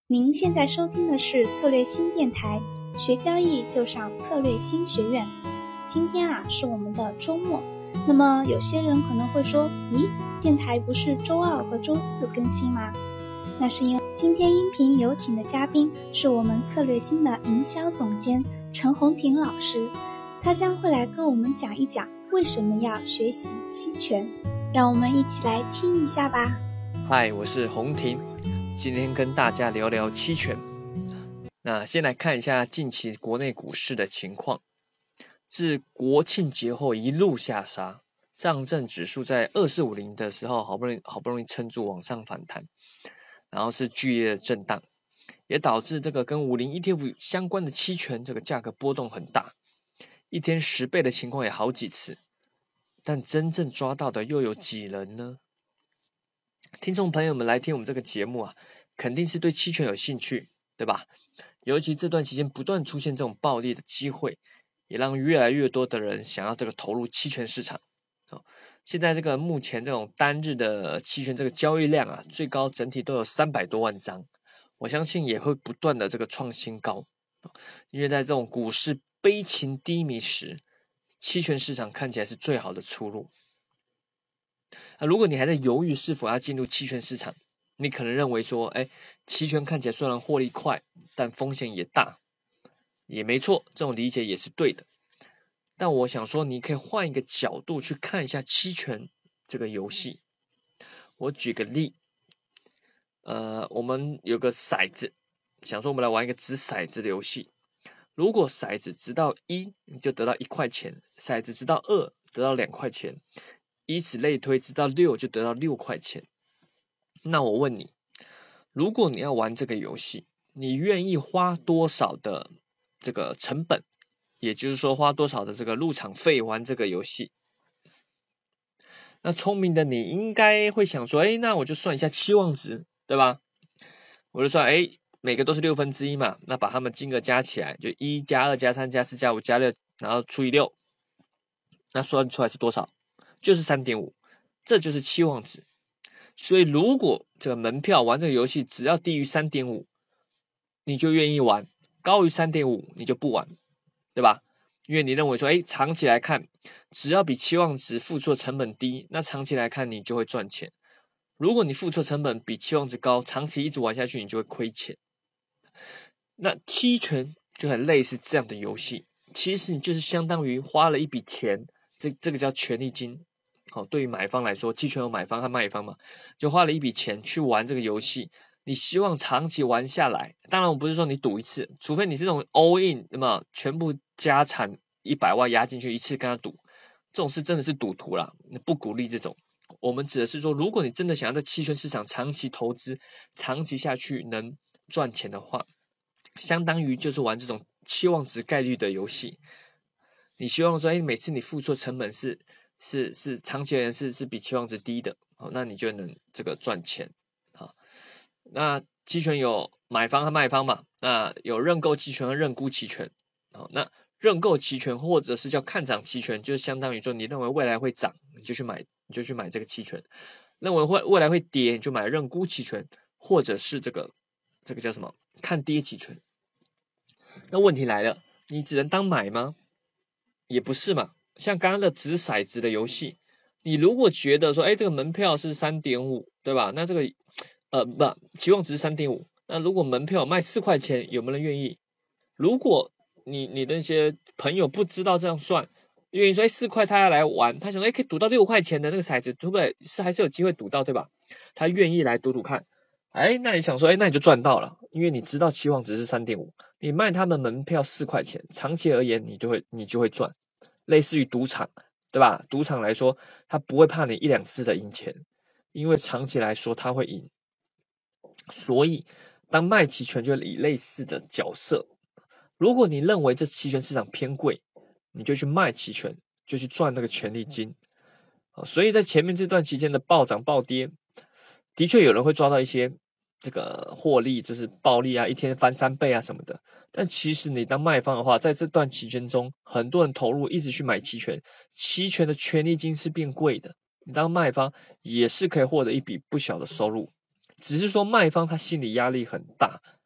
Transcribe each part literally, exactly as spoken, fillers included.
您现在收听的是策略新电台，学交易就上策略新学院。今天啊是我们的周末，那么有些人可能会说，咦，电台不是周二和周四更新吗？那是因为今天音频有请的嘉宾是我们策略新的营销总监陈红婷老师，他将会来跟我们讲一讲为什么要学习期权，让我们一起来听一下吧。 嗨，我是红婷，今天跟大家聊聊期权。那先来看一下近期国内股市的情况。自国庆节后一路下杀，上证指数在二四五零的时候好不容易好不容易撑住往上反弹，然后是剧烈的震荡，也导致这个跟五零 E T F 相关的期权这个价格波动很大，一天十倍的情况也好几次。但真正抓到的又有几人呢？听众朋友们来听我们这个节目啊，肯定是对期权有兴趣，对吧？尤其这段期间不断出现这种暴利的机会，也让越来越多的人想要这个投入期权市场。哦，现在这个目前这种单日的期权这个交易量啊，最高整体都有三百多万张，我相信也会不断的这个创新高。因为在这种股市悲情低迷时，期权市场看起来是最好的出路。啊，如果你还在犹豫是否要进入期权市场，你可能认为说，哎，期权看起来虽然获利快，但风险也大，也没错，这种理解也是对的。但我想说，你可以换一个角度去看一下期权这个游戏。我举个例，呃，我们有个骰子，想说我们来玩一个掷骰子的游戏。如果骰子掷到一，你就得到一块钱；骰子掷到二，得到两块钱。以此类推，直到六就得到六块钱。那我问你，如果你要玩这个游戏，你愿意花多少的这个成本，也就是说花多少的这个入场费玩这个游戏？那聪明的你应该会想说，哎，那我就算一下期望值，对吧？我就算，哎，每个都是六分之一嘛，那把它们金额加起来，就一加二加三加四加五加六，然后除以六，那算出来是多少？就是 三点五， 这就是期望值。所以如果这个门票玩这个游戏只要低于 三点五， 你就愿意玩，高于 三点五 你就不玩，对吧？因为你认为说，诶，长期来看只要比期望值付出的成本低，那长期来看你就会赚钱。如果你付出的成本比期望值高，长期一直玩下去你就会亏钱。那期权就很类似这样的游戏，其实你就是相当于花了一笔钱，这这个叫权利金。好，对于买方来说，期权有买方和卖方嘛，就花了一笔钱去玩这个游戏，你希望长期玩下来。当然，我不是说你赌一次，除非你是那种 all in， 那么全部家产一百万压进去一次跟他赌，这种是真的是赌徒啦，不鼓励这种。我们指的是说，如果你真的想要在期权市场长期投资，长期下去能赚钱的话，相当于就是玩这种期望值概率的游戏。你希望说，哎，每次你付出的成本是是是长期而言是是比期望值低的，好，那你就能这个赚钱。好，那期权有买方和卖方嘛，那有认购期权和认沽期权。好，那认购期权或者是叫看涨期权，就相当于说你认为未来会涨，你就去买，你就去买这个期权；认为会未来会跌，你就买认沽期权，或者是这个这个叫什么看跌期权。那问题来了，你只能当买吗？也不是嘛。像刚刚的掷骰子的游戏，你如果觉得说，哎，这个门票是 三点五， 对吧？那这个呃不，期望值是 三点五， 那如果门票卖四块钱，有没有人愿意？如果你你的那些朋友不知道这样算，愿意说，哎，四块他要来玩，他想说，哎，可以赌到六块钱的那个骰子，对不对？是还是有机会赌到，对吧？他愿意来赌赌看。哎，那你想说，哎，那你就赚到了，因为你知道期望值是 三点五， 你卖他们门票四块钱，长期而言你就会你就会赚。类似于赌场，对吧？赌场来说，他不会怕你一两次的赢钱，因为长期来说他会赢。所以，当卖期权就以类似的角色。如果你认为这期权市场偏贵，你就去卖期权，就去赚那个权利金。所以在前面这段期间的暴涨暴跌，的确有人会抓到一些这个获利，就是暴利啊，一天翻三倍啊什么的。但其实你当卖方的话，在这段期间中，很多人投入一直去买期权，期权的权利金是变贵的。你当卖方也是可以获得一笔不小的收入，只是说卖方他心理压力很大，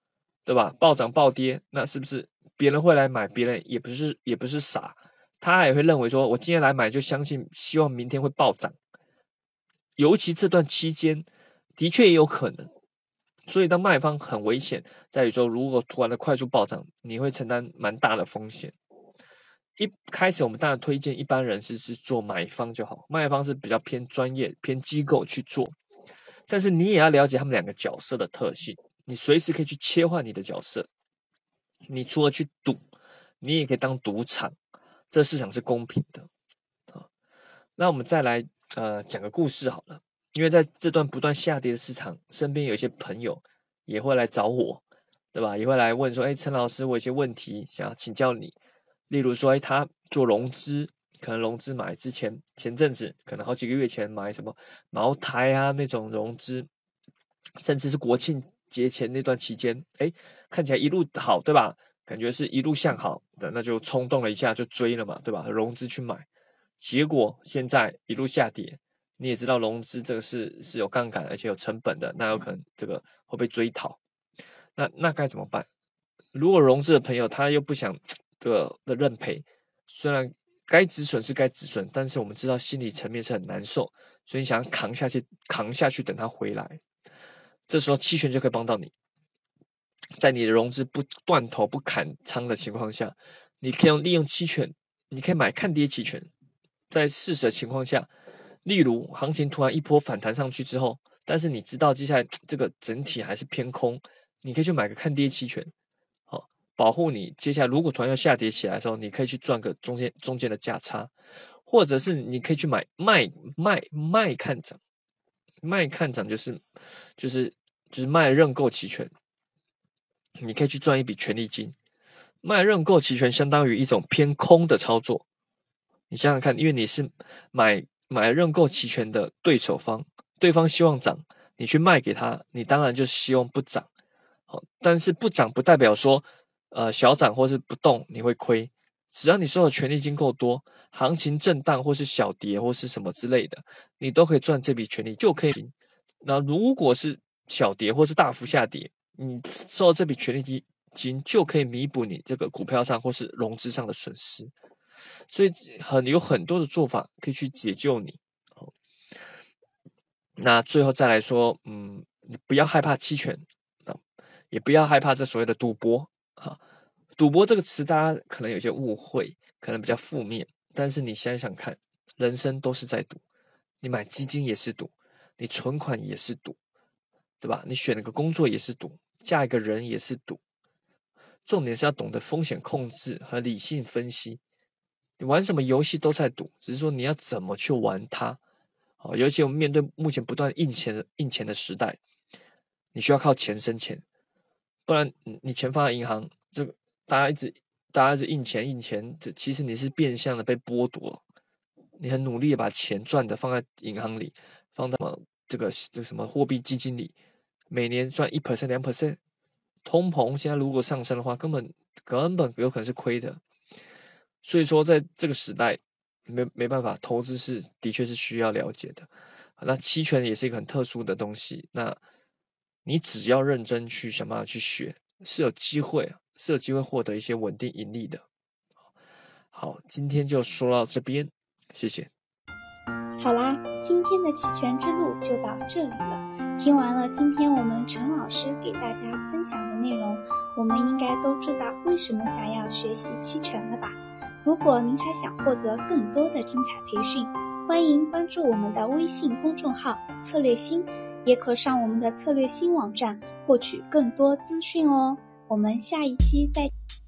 对吧？暴涨暴跌，那是不是别人会来买？别人也不是也不是傻，他也会认为说，我今天来买就相信，希望明天会暴涨。尤其这段期间，的确也有可能。所以当卖方很危险，在于说，如果突然的快速暴涨，你会承担蛮大的风险。一开始我们当然推荐一般人士是做买方就好，卖方是比较偏专业、偏机构去做。但是你也要了解他们两个角色的特性，你随时可以去切换你的角色。你除了去赌，你也可以当赌场，这市场是公平的。好，那我们再来呃讲个故事好了。因为在这段不断下跌的市场，身边有一些朋友也会来找我，对吧？也会来问说，哎，陈老师，我有些问题想要请教你。例如说，哎，他做融资，可能融资买之前前阵子，可能好几个月前买什么茅台啊那种融资，甚至是国庆节前那段期间，哎，看起来一路好，对吧？感觉是一路向好的，那就冲动了一下就追了嘛，对吧？融资去买，结果现在一路下跌。你也知道融资这个是是有杠杆而且有成本的，那有可能这个会被追讨，那那该怎么办？如果融资的朋友他又不想这个的认赔，虽然该止损是该止损，但是我们知道心理层面是很难受，所以你想要扛下去，扛下去等他回来，这时候期权就可以帮到你。在你的融资不断头不砍仓的情况下，你可以用利用期权，你可以买看跌期权，在适时的情况下。例如，行情突然一波反弹上去之后，但是你知道接下来这个整体还是偏空，你可以去买个看跌期权，好，保护你接下来如果突然要下跌起来的时候，你可以去赚个中间中间的价差，或者是你可以去买卖卖卖看涨，卖看涨就是就是就是卖认购期权，你可以去赚一笔权利金。卖认购期权相当于一种偏空的操作，你想想看，因为你是买。买认购期权的对手方，对方希望涨，你去卖给他，你当然就希望不涨。好，但是不涨不代表说，呃，小涨或是不动你会亏。只要你收的权利金够多，行情震荡或是小跌或是什么之类的，你都可以赚这笔权利，就可以。那如果是小跌或是大幅下跌，你收这笔权利金就可以弥补你这个股票上或是融资上的损失。所以很有很多的做法可以去解救你。那最后再来说，嗯，你不要害怕期权，也不要害怕这所谓的赌博。哈，赌博这个词大家可能有些误会，可能比较负面。但是你想想看，人生都是在赌，你买基金也是赌，你存款也是赌，对吧？你选了个工作也是赌，嫁一个人也是赌。重点是要懂得风险控制和理性分析。你玩什么游戏都在赌，只是说你要怎么去玩它。好，尤其我们面对目前不断印钱印钱的时代，你需要靠钱生钱，不然你钱放在银行，这个大家一直大家一直印钱印钱，这其实你是变相的被剥夺。你很努力的把钱赚的放在银行里，放在这个这个什么货币基金里，每年赚一 percent 两 percent， 通膨现在如果上升的话，根本根本有可能是亏的。所以说，在这个时代，没没办法，投资是的确是需要了解的。那期权也是一个很特殊的东西，那你只要认真去想办法去学，是有机会，是有机会获得一些稳定盈利的。好，今天就说到这边，谢谢。 好啦，今天的期权之路就到这里了。听完了今天我们陈老师给大家分享的内容，我们应该都知道为什么想要学习期权了吧？如果您还想获得更多的精彩培训，欢迎关注我们的微信公众号策略星，也可上我们的策略星网站获取更多资讯哦。我们下一期再见。